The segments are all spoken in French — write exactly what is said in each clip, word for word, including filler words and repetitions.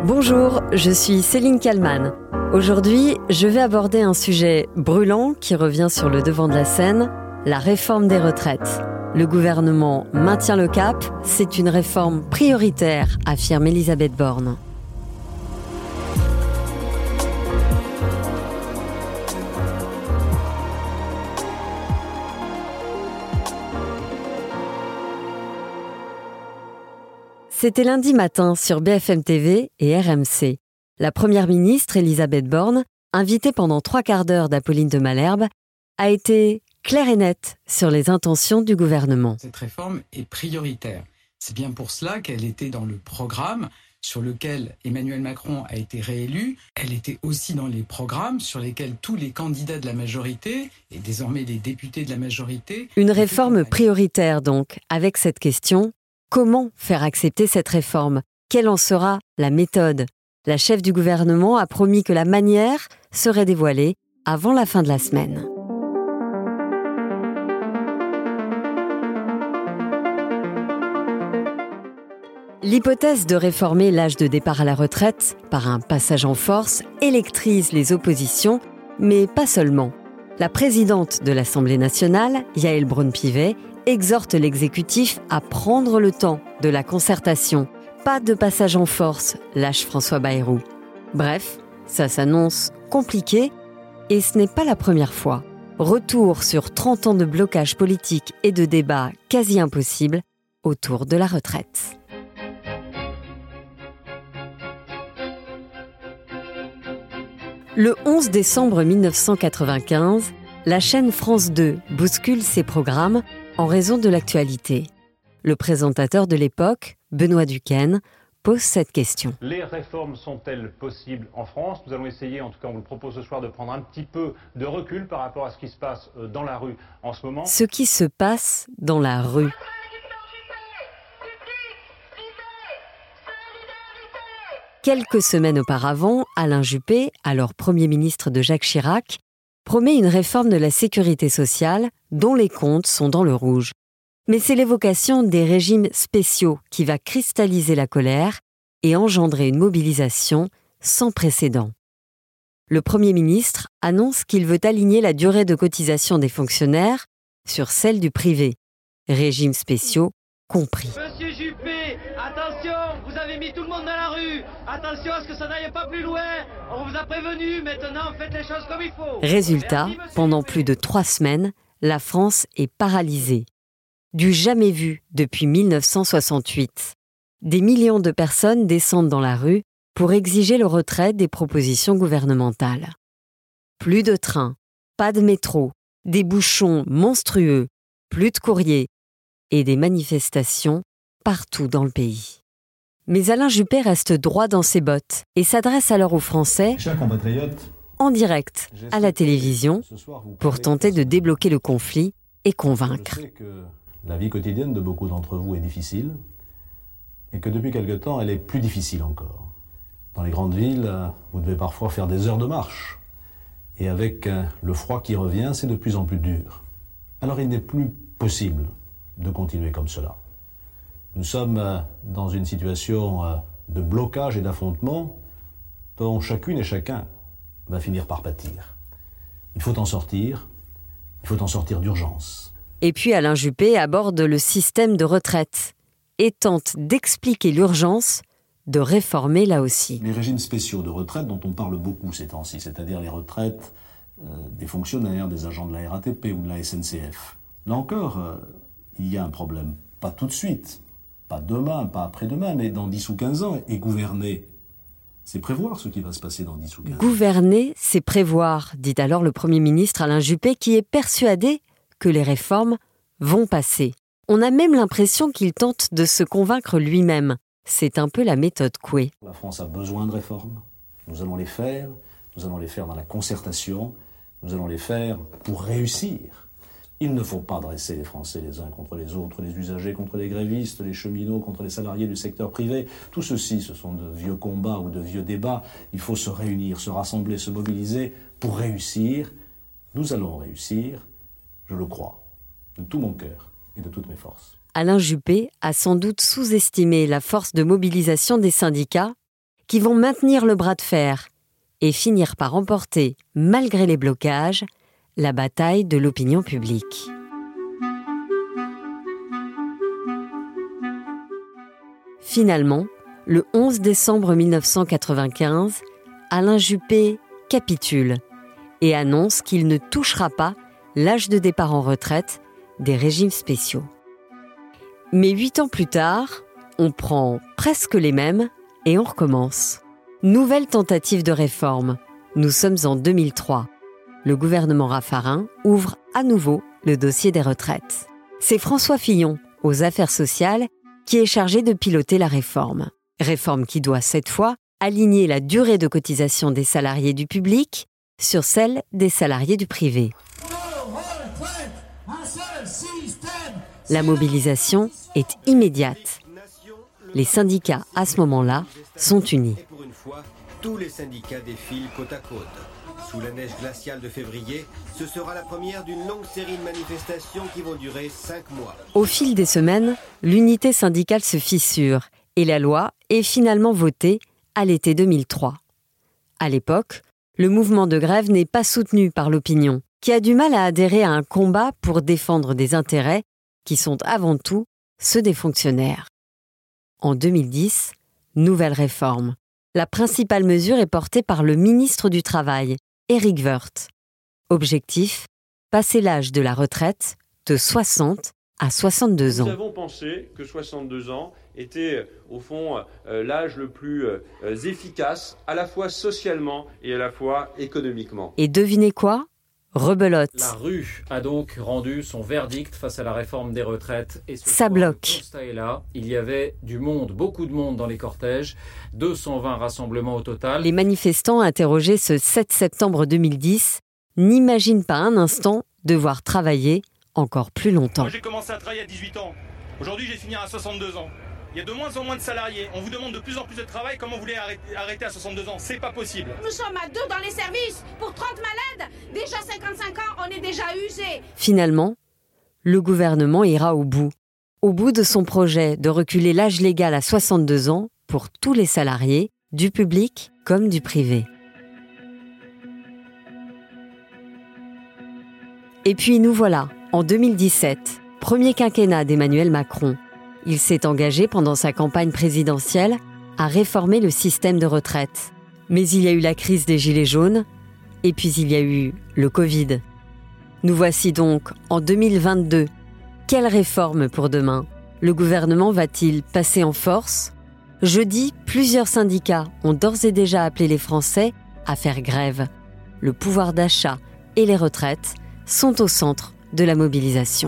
Bonjour, je suis Céline Kallmann. Aujourd'hui, je vais aborder un sujet brûlant qui revient sur le devant de la scène, la réforme des retraites. Le gouvernement maintient le cap, c'est une réforme prioritaire, affirme Elisabeth Borne. C'était lundi matin sur B F M T V et R M C. La première ministre, Elisabeth Borne, invitée pendant trois quarts d'heure d'Apolline de Malherbe, a été claire et nette sur les intentions du gouvernement. Cette réforme est prioritaire. C'est bien pour cela qu'elle était dans le programme sur lequel Emmanuel Macron a été réélu. Elle était aussi dans les programmes sur lesquels tous les candidats de la majorité, et désormais les députés de la majorité... Une réforme prioritaire donc, avec cette question: comment faire accepter cette réforme? Quelle en sera la méthode? La chef du gouvernement a promis que la manière serait dévoilée avant la fin de la semaine. L'hypothèse de réformer l'âge de départ à la retraite par un passage en force électrise les oppositions, mais pas seulement. La présidente de l'Assemblée nationale, Yaël Braun-Pivet, exhorte l'exécutif à prendre le temps de la concertation. Pas de passage en force, lâche François Bayrou. Bref, ça s'annonce compliqué et ce n'est pas la première fois. Retour sur trente ans de blocage politique et de débats quasi impossibles autour de la retraite. Le onze décembre mille neuf cent quatre-vingt-quinze, la chaîne France deux bouscule ses programmes en raison de l'actualité. Le présentateur de l'époque, Benoît Duquesne, pose cette question. Les réformes sont-elles possibles en France? Nous allons essayer, en tout cas on vous le propose ce soir, de prendre un petit peu de recul par rapport à ce qui se passe dans la rue en ce moment. Ce qui se passe dans la rue. Quelques semaines auparavant, Alain Juppé, alors Premier ministre de Jacques Chirac, promet une réforme de la sécurité sociale dont les comptes sont dans le rouge. Mais c'est l'évocation des régimes spéciaux qui va cristalliser la colère et engendrer une mobilisation sans précédent. Le Premier ministre annonce qu'il veut aligner la durée de cotisation des fonctionnaires sur celle du privé, régimes spéciaux compris. Monsieur Juppé, attention, vous avez mis tout le monde dans la rue. Attention à ce que ça n'aille pas plus loin. On vous a prévenu, maintenant faites les choses comme il faut. Résultat, merci, pendant Juppé. Plus de trois semaines, la France est paralysée. Du jamais vu depuis mille neuf cent soixante-huit. Des millions de personnes descendent dans la rue pour exiger le retrait des propositions gouvernementales. Plus de trains, pas de métro, des bouchons monstrueux, plus de courriers et des manifestations partout dans le pays. Mais Alain Juppé reste droit dans ses bottes et s'adresse alors aux Français en direct à la télévision pour tenter de débloquer le conflit et convaincre. Je sais que la vie quotidienne de beaucoup d'entre vous est difficile et que depuis quelque temps, elle est plus difficile encore. Dans les grandes villes, vous devez parfois faire des heures de marche et avec le froid qui revient, c'est de plus en plus dur. Alors il n'est plus possible de continuer comme cela. Nous sommes dans une situation de blocage et d'affrontement dont chacune et chacun va finir par pâtir. Il faut en sortir, il faut en sortir d'urgence. Et puis Alain Juppé aborde le système de retraite et tente d'expliquer l'urgence de réformer là aussi. Les régimes spéciaux de retraite dont on parle beaucoup ces temps-ci, c'est-à-dire les retraites euh, des fonctionnaires, des agents de la R A T P ou de la S N C F. Là encore, euh, il y a un problème. Pas tout de suite, pas demain, pas après-demain, mais dans dix ou quinze ans. Et gouverner, c'est prévoir ce qui va se passer dans dix ou quinze ans. Gouverner, c'est prévoir, dit alors le Premier ministre Alain Juppé, qui est persuadé que les réformes vont passer. On a même l'impression qu'il tente de se convaincre lui-même. C'est un peu la méthode Coué. La France a besoin de réformes. Nous allons les faire. Nous allons les faire dans la concertation. Nous allons les faire pour réussir. Il ne faut pas dresser les Français les uns contre les autres, les usagers contre les grévistes, les cheminots contre les salariés du secteur privé. Tout ceci, ce sont de vieux combats ou de vieux débats. Il faut se réunir, se rassembler, se mobiliser pour réussir. Nous allons réussir, je le crois, de tout mon cœur et de toutes mes forces. Alain Juppé a sans doute sous-estimé la force de mobilisation des syndicats qui vont maintenir le bras de fer et finir par remporter, malgré les blocages, la bataille de l'opinion publique. Finalement, le onze décembre mille neuf cent quatre-vingt-quinze, Alain Juppé capitule et annonce qu'il ne touchera pas l'âge de départ en retraite des régimes spéciaux. Mais huit ans plus tard, on prend presque les mêmes et on recommence. Nouvelle tentative de réforme. Nous sommes en deux mille trois. Le gouvernement Raffarin ouvre à nouveau le dossier des retraites. C'est François Fillon, aux affaires sociales, qui est chargé de piloter la réforme. Réforme qui doit, cette fois, aligner la durée de cotisation des salariés du public sur celle des salariés du privé. La mobilisation est immédiate. Les syndicats, à ce moment-là, sont unis. Et pour une fois, tous les syndicats défilent côte à côte. Sous la neige glaciale de février, ce sera la première d'une longue série de manifestations qui vont durer cinq mois. Au fil des semaines, l'unité syndicale se fissure et la loi est finalement votée à l'été deux mille trois. À l'époque, le mouvement de grève n'est pas soutenu par l'opinion, qui a du mal à adhérer à un combat pour défendre des intérêts qui sont avant tout ceux des fonctionnaires. En deux mille dix, nouvelle réforme. La principale mesure est portée par le ministre du Travail, Éric Woerth. Objectif, passer l'âge de la retraite de soixante à soixante-deux ans. Nous avons pensé que soixante-deux ans était au fond euh, l'âge le plus euh, efficace, à la fois socialement et à la fois économiquement. Et devinez quoi ? Rebelote. La rue a donc rendu son verdict face à la réforme des retraites. Et ce Ça soir, bloque. Le constat est là. Il y avait du monde, beaucoup de monde dans les cortèges, deux cent vingt rassemblements au total. Les manifestants interrogés ce sept septembre deux mille dix n'imaginent pas un instant devoir travailler encore plus longtemps. Moi, j'ai commencé à travailler à dix-huit ans. Aujourd'hui, j'ai fini à soixante-deux ans. Il y a de moins en moins de salariés. On vous demande de plus en plus de travail. Comment vous voulez arrêter, arrêter à soixante-deux ans ? C'est pas possible. Nous sommes à deux dans les services pour trente malades. Déjà cinquante-cinq ans, on est déjà usé. Finalement, le gouvernement ira au bout. Au bout de son projet de reculer l'âge légal à soixante-deux ans pour tous les salariés, du public comme du privé. Et puis nous voilà, en deux mille dix-sept, premier quinquennat d'Emmanuel Macron. Il s'est engagé pendant sa campagne présidentielle à réformer le système de retraite. Mais il y a eu la crise des Gilets jaunes et puis il y a eu le Covid. Nous voici donc en deux mille vingt-deux. Quelle réforme pour demain ? Le gouvernement va-t-il passer en force ? Jeudi, plusieurs syndicats ont d'ores et déjà appelé les Français à faire grève. Le pouvoir d'achat et les retraites sont au centre de la mobilisation.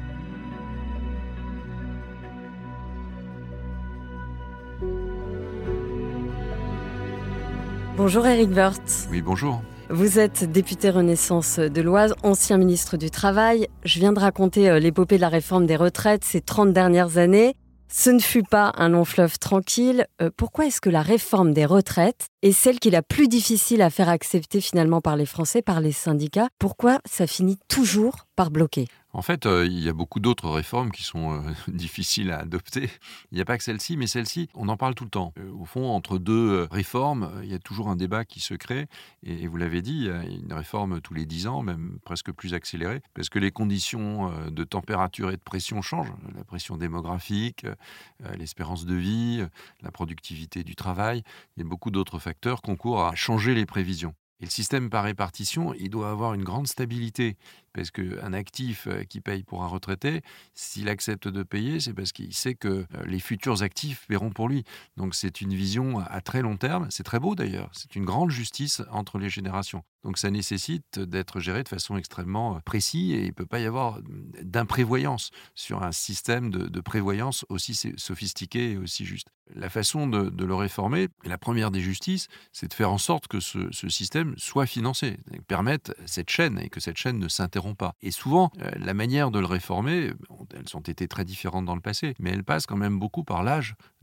Bonjour Éric Woerth. Oui, bonjour. Vous êtes député Renaissance de l'Oise, ancien ministre du Travail. Je viens de raconter l'épopée de la réforme des retraites ces trente dernières années. Ce ne fut pas un long fleuve tranquille. Euh, pourquoi est-ce que la réforme des retraites est celle qui est la plus difficile à faire accepter finalement par les Français, par les syndicats ? Pourquoi ça finit toujours par bloquer ? En fait, euh, il y a beaucoup d'autres réformes qui sont euh, difficiles à adopter. Il n'y a pas que celle-ci, mais celle-ci, on en parle tout le temps. Euh, au fond, entre deux euh, réformes, euh, il y a toujours un débat qui se crée. Et, et vous l'avez dit, il y a une réforme tous les dix ans, même presque plus accélérée, parce que les conditions euh, de température et de pression changent. La pression démographique, euh, l'espérance de vie, euh, la productivité du travail. Il y a beaucoup d'autres facteurs qui concourent à changer les prévisions. Et le système par répartition, il doit avoir une grande stabilité. Parce qu'un actif qui paye pour un retraité, s'il accepte de payer, c'est parce qu'il sait que les futurs actifs paieront pour lui. Donc c'est une vision à très long terme. C'est très beau d'ailleurs. C'est une grande justice entre les générations. Donc ça nécessite d'être géré de façon extrêmement précise et il ne peut pas y avoir d'imprévoyance sur un système de, de prévoyance aussi sophistiqué et aussi juste. La façon de, de le réformer, la première des justices, c'est de faire en sorte que ce, ce système soit financé, permette cette chaîne et que cette chaîne ne s'interrompt pas. Et souvent, euh, la manière de le réformer, elles ont été très différentes dans le passé, mais elle passe quand même beaucoup par l'âge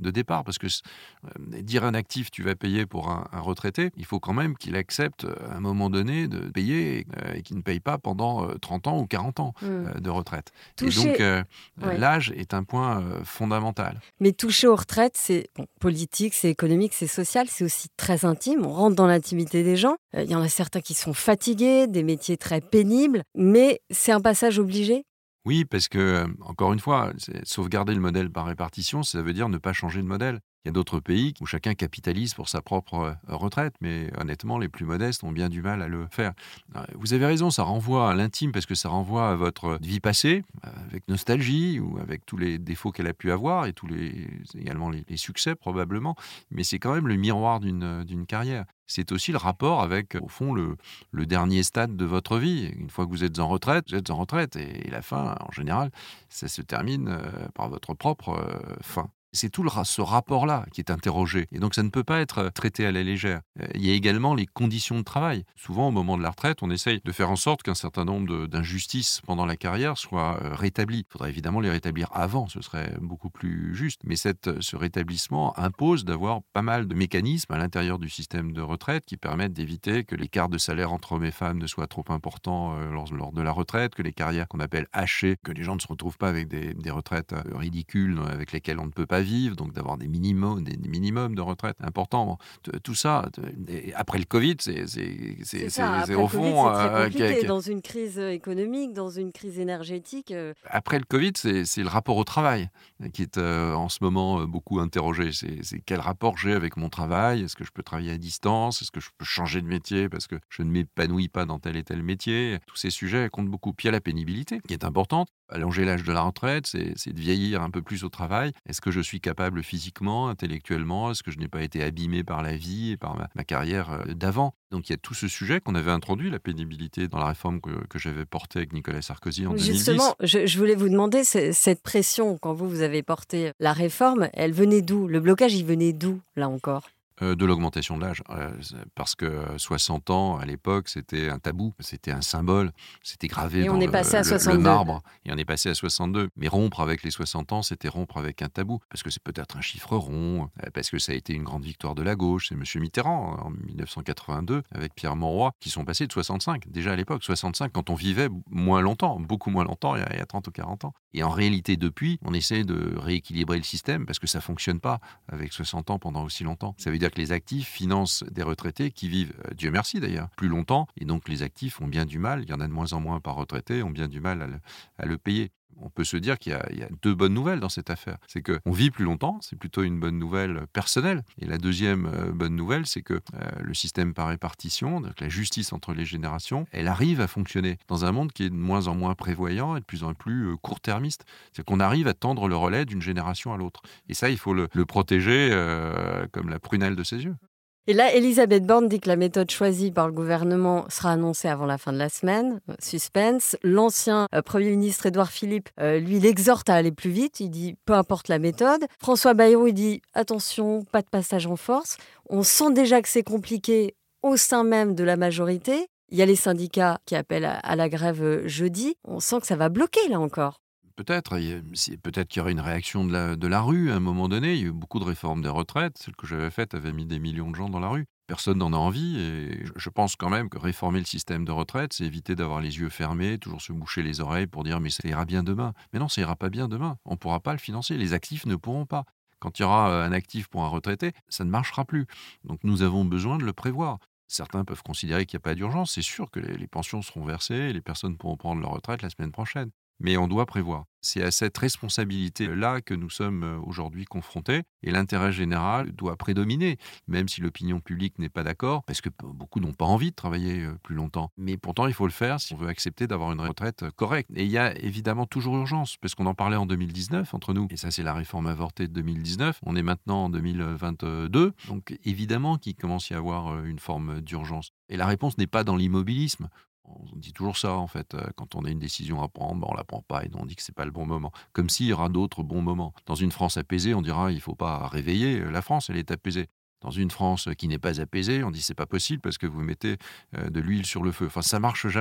de départ. Parce que euh, dire à un actif, tu vas payer pour un, un retraité, il faut quand même qu'il accepte à un moment donné de payer euh, et qu'il ne paye pas pendant euh, trente ans ou quarante ans mmh. euh, de retraite. Toucher... Et donc, euh, ouais. l'âge est un point euh, fondamental. Mais toucher aux retraites, c'est bon, politique, c'est économique, c'est social, c'est aussi très intime. On rentre dans l'intimité des gens. Il euh, y en a certains qui sont fatigués, des métiers très pénibles, mais c'est un passage obligé. Oui, parce que, encore une fois, sauvegarder le modèle par répartition, ça veut dire ne pas changer de modèle. Il y a d'autres pays où chacun capitalise pour sa propre retraite, mais honnêtement, les plus modestes ont bien du mal à le faire. Vous avez raison, ça renvoie à l'intime parce que ça renvoie à votre vie passée, avec nostalgie ou avec tous les défauts qu'elle a pu avoir et tous les, également les, les succès probablement, mais c'est quand même le miroir d'une, d'une carrière. C'est aussi le rapport avec, au fond, le, le dernier stade de votre vie. Une fois que vous êtes en retraite, vous êtes en retraite et, et la fin, en général, ça se termine euh, par votre propre euh, fin. C'est tout le, ce rapport-là qui est interrogé. Et donc, ça ne peut pas être traité à la légère. Il y a également les conditions de travail. Souvent, au moment de la retraite, on essaye de faire en sorte qu'un certain nombre de, d'injustices pendant la carrière soient rétablies. Il faudrait évidemment les rétablir avant, ce serait beaucoup plus juste. Mais cette, ce rétablissement impose d'avoir pas mal de mécanismes à l'intérieur du système de retraite qui permettent d'éviter que l'écart de salaire entre hommes et femmes ne soit trop important lors, lors de la retraite, que les carrières qu'on appelle hachées, que les gens ne se retrouvent pas avec des, des retraites ridicules avec lesquelles on ne peut pas vivre, donc d'avoir des minimums, des, des minimums de retraite importants. Tout ça, après le Covid, c'est, c'est, c'est, c'est, ça, c'est, c'est au fond... C'est très compliqué, euh, dans une crise économique, dans une crise énergétique. Euh... Après le Covid, c'est, c'est le rapport au travail qui est euh, en ce moment beaucoup interrogé. C'est, c'est quel rapport j'ai avec mon travail? Est-ce que je peux travailler à distance? Est-ce que je peux changer de métier parce que je ne m'épanouis pas dans tel et tel métier? Tous ces sujets comptent beaucoup. Puis il y a la pénibilité qui est importante. Allonger l'âge de la retraite, c'est, c'est de vieillir un peu plus au travail. Est-ce que je suis capable physiquement, intellectuellement? Est-ce que je n'ai pas été abîmé par la vie et par ma, ma carrière d'avant? Donc il y a tout ce sujet qu'on avait introduit, la pénibilité, dans la réforme que, que j'avais portée avec Nicolas Sarkozy en deux mille dix. Justement, je, je voulais vous demander, cette pression, quand vous, vous avez porté la réforme, elle venait d'où? Le blocage, il venait d'où, là encore? Euh, de l'augmentation de l'âge, euh, parce que soixante ans, à l'époque, c'était un tabou, c'était un symbole, c'était gravé et dans on est le, passé à le, le marbre, et on est passé à soixante-deux. Mais rompre avec les soixante ans, c'était rompre avec un tabou, parce que c'est peut-être un chiffre rond, euh, parce que ça a été une grande victoire de la gauche, c'est M. Mitterrand, en dix-neuf cent quatre-vingt-deux, avec Pierre Mauroy, qui sont passés de soixante-cinq, déjà à l'époque, soixante-cinq, quand on vivait moins longtemps, beaucoup moins longtemps, il y a, il y a trente ou quarante ans. Et en réalité, depuis, on essaie de rééquilibrer le système, parce que ça ne fonctionne pas avec soixante ans pendant aussi longtemps. Ça veut dire que les actifs financent des retraités qui vivent, euh, Dieu merci d'ailleurs, plus longtemps, et donc les actifs ont bien du mal, il y en a de moins en moins par retraité, ont bien du mal à le, à le payer. On peut se dire qu'il y a, il y a deux bonnes nouvelles dans cette affaire. C'est qu'on vit plus longtemps, c'est plutôt une bonne nouvelle personnelle. Et la deuxième euh, bonne nouvelle, c'est que euh, le système par répartition, donc la justice entre les générations, elle arrive à fonctionner dans un monde qui est de moins en moins prévoyant et de plus en plus euh, court-termiste. C'est qu'on arrive à tendre le relais d'une génération à l'autre. Et ça, il faut le, le protéger euh, comme la prunelle de ses yeux. Et là, Elisabeth Borne dit que la méthode choisie par le gouvernement sera annoncée avant la fin de la semaine. Suspense. L'ancien euh, Premier ministre Édouard Philippe, euh, lui, l'exhorte à aller plus vite. Il dit peu importe la méthode. François Bayrou, il dit attention, pas de passage en force. On sent déjà que c'est compliqué au sein même de la majorité. Il y a les syndicats qui appellent à, à la grève jeudi. On sent que ça va bloquer là encore. Peut-être, c'est peut-être qu'il y aurait une réaction de la, de la rue à un moment donné. Il y a eu beaucoup de réformes des retraites. Celle que j'avais faite avait mis des millions de gens dans la rue. Personne n'en a envie et je pense quand même que réformer le système de retraite, c'est éviter d'avoir les yeux fermés, toujours se boucher les oreilles pour dire mais ça ira bien demain. Mais non, ça ira pas bien demain. On ne pourra pas le financer. Les actifs ne pourront pas. Quand il y aura un actif pour un retraité, ça ne marchera plus. Donc nous avons besoin de le prévoir. Certains peuvent considérer qu'il n'y a pas d'urgence. C'est sûr que les, les pensions seront versées et les personnes pourront prendre leur retraite la semaine prochaine. Mais on doit prévoir. C'est à cette responsabilité-là que nous sommes aujourd'hui confrontés et l'intérêt général doit prédominer, même si l'opinion publique n'est pas d'accord, parce que beaucoup n'ont pas envie de travailler plus longtemps. Mais pourtant, il faut le faire si on veut accepter d'avoir une retraite correcte. Et il y a évidemment toujours urgence, parce qu'on en parlait en deux mille dix-neuf entre nous, et ça c'est la réforme avortée de deux mille dix-neuf. On est maintenant en deux mille vingt-deux, donc évidemment qu'il commence à y avoir une forme d'urgence. Et la réponse n'est pas dans l'immobilisme. On dit toujours ça, en fait. Quand on a une décision à prendre, ben on ne la prend pas et on dit que ce n'est pas le bon moment. Comme s'il y aura d'autres bons moments. Dans une France apaisée, on dira qu'il ne faut pas réveiller. La France, elle est apaisée. Dans une France qui n'est pas apaisée, on dit que ce n'est pas possible parce que vous mettez de l'huile sur le feu. Enfin, ça ne marche jamais.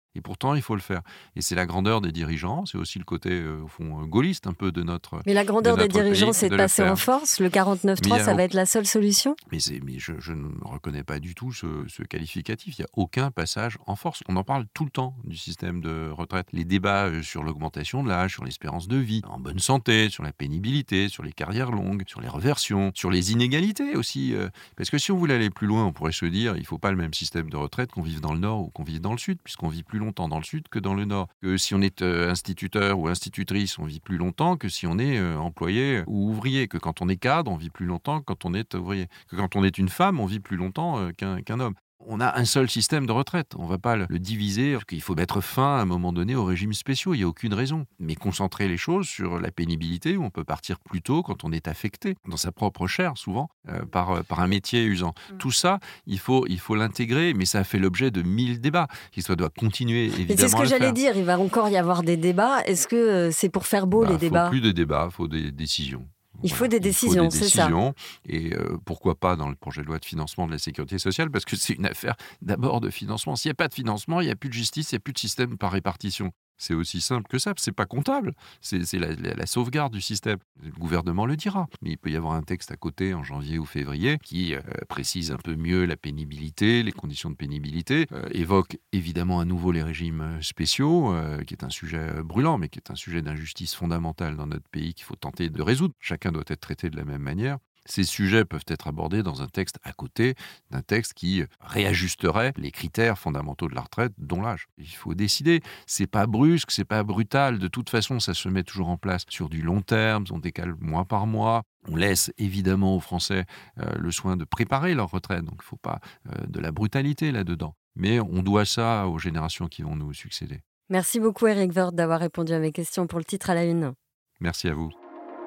Et pourtant, il faut le faire. Et c'est la grandeur des dirigeants, c'est aussi le côté, euh, au fond, gaulliste un peu de notre Mais la grandeur de des dirigeants, pays, c'est de, de passer en force. Le quarante-neuf trois, ça va être la seule solution ? Mais, c'est, mais je, je ne reconnais pas du tout ce, ce qualificatif. Il n'y a aucun passage en force. On en parle tout le temps du système de retraite. Les débats sur l'augmentation de l'âge, sur l'espérance de vie, en bonne santé, sur la pénibilité, sur les carrières longues, sur les reversions, sur les inégalités aussi. Parce que si on voulait aller plus loin, on pourrait se dire il ne faut pas le même système de retraite qu'on vive dans le Nord ou qu'on vive dans le Sud, puisqu'on vit plus longtemps dans le Sud que dans le Nord. Que si on est euh, instituteur ou institutrice, on vit plus longtemps que si on est euh, employé ou ouvrier. Que quand on est cadre, on vit plus longtemps que quand on est ouvrier. Que quand on est une femme, on vit plus longtemps euh, qu'un, qu'un homme. On a un seul système de retraite. On ne va pas le, le diviser. Il faut mettre fin à un moment donné aux régimes spéciaux. Il n'y a aucune raison. Mais concentrer les choses sur la pénibilité, où on peut partir plus tôt quand on est affecté dans sa propre chair, souvent, euh, par, par un métier usant. Mmh. Tout ça, il faut, il faut l'intégrer, mais ça a fait l'objet de mille débats. L'histoire doit continuer, évidemment. Mais c'est ce que à le j'allais faire. dire. Il va encore y avoir des débats. Est-ce que c'est pour faire beau, bah, les débats ? Il ne faut plus de débats, il faut des décisions. Il Voilà. faut des décisions, il faut des c'est décisions, ça. Et euh, pourquoi pas dans le projet de loi de financement de la sécurité sociale, parce que c'est une affaire d'abord de financement. S'il n'y a pas de financement, il n'y a plus de justice, il n'y a plus de système par répartition. C'est aussi simple que ça, c'est pas comptable, c'est, c'est la, la, la sauvegarde du système. Le gouvernement le dira, mais il peut y avoir un texte à côté en janvier ou février qui euh, précise un peu mieux la pénibilité, les conditions de pénibilité, euh, évoque évidemment à nouveau les régimes spéciaux, euh, qui est un sujet brûlant, mais qui est un sujet d'injustice fondamentale dans notre pays qu'il faut tenter de résoudre. Chacun doit être traité de la même manière. Ces sujets peuvent être abordés dans un texte à côté d'un texte qui réajusterait les critères fondamentaux de la retraite, dont l'âge. Il faut décider. C'est pas brusque, c'est pas brutal. De toute façon, ça se met toujours en place sur du long terme. On décale mois par mois. On laisse évidemment aux Français euh, le soin de préparer leur retraite. Donc, il ne faut pas euh, de la brutalité là-dedans. Mais on doit ça aux générations qui vont nous succéder. Merci beaucoup, Éric Woerth, d'avoir répondu à mes questions pour le titre à la une. Merci à vous.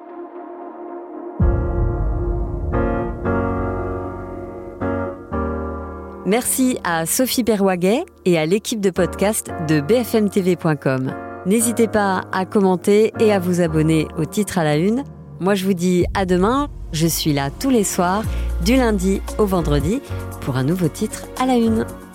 Merci à Sophie Perwaguet et à l'équipe de podcast de b f m t v point com. N'hésitez pas à commenter et à vous abonner au titre à la une. Moi, je vous dis à demain. Je suis là tous les soirs, du lundi au vendredi, pour un nouveau titre à la une.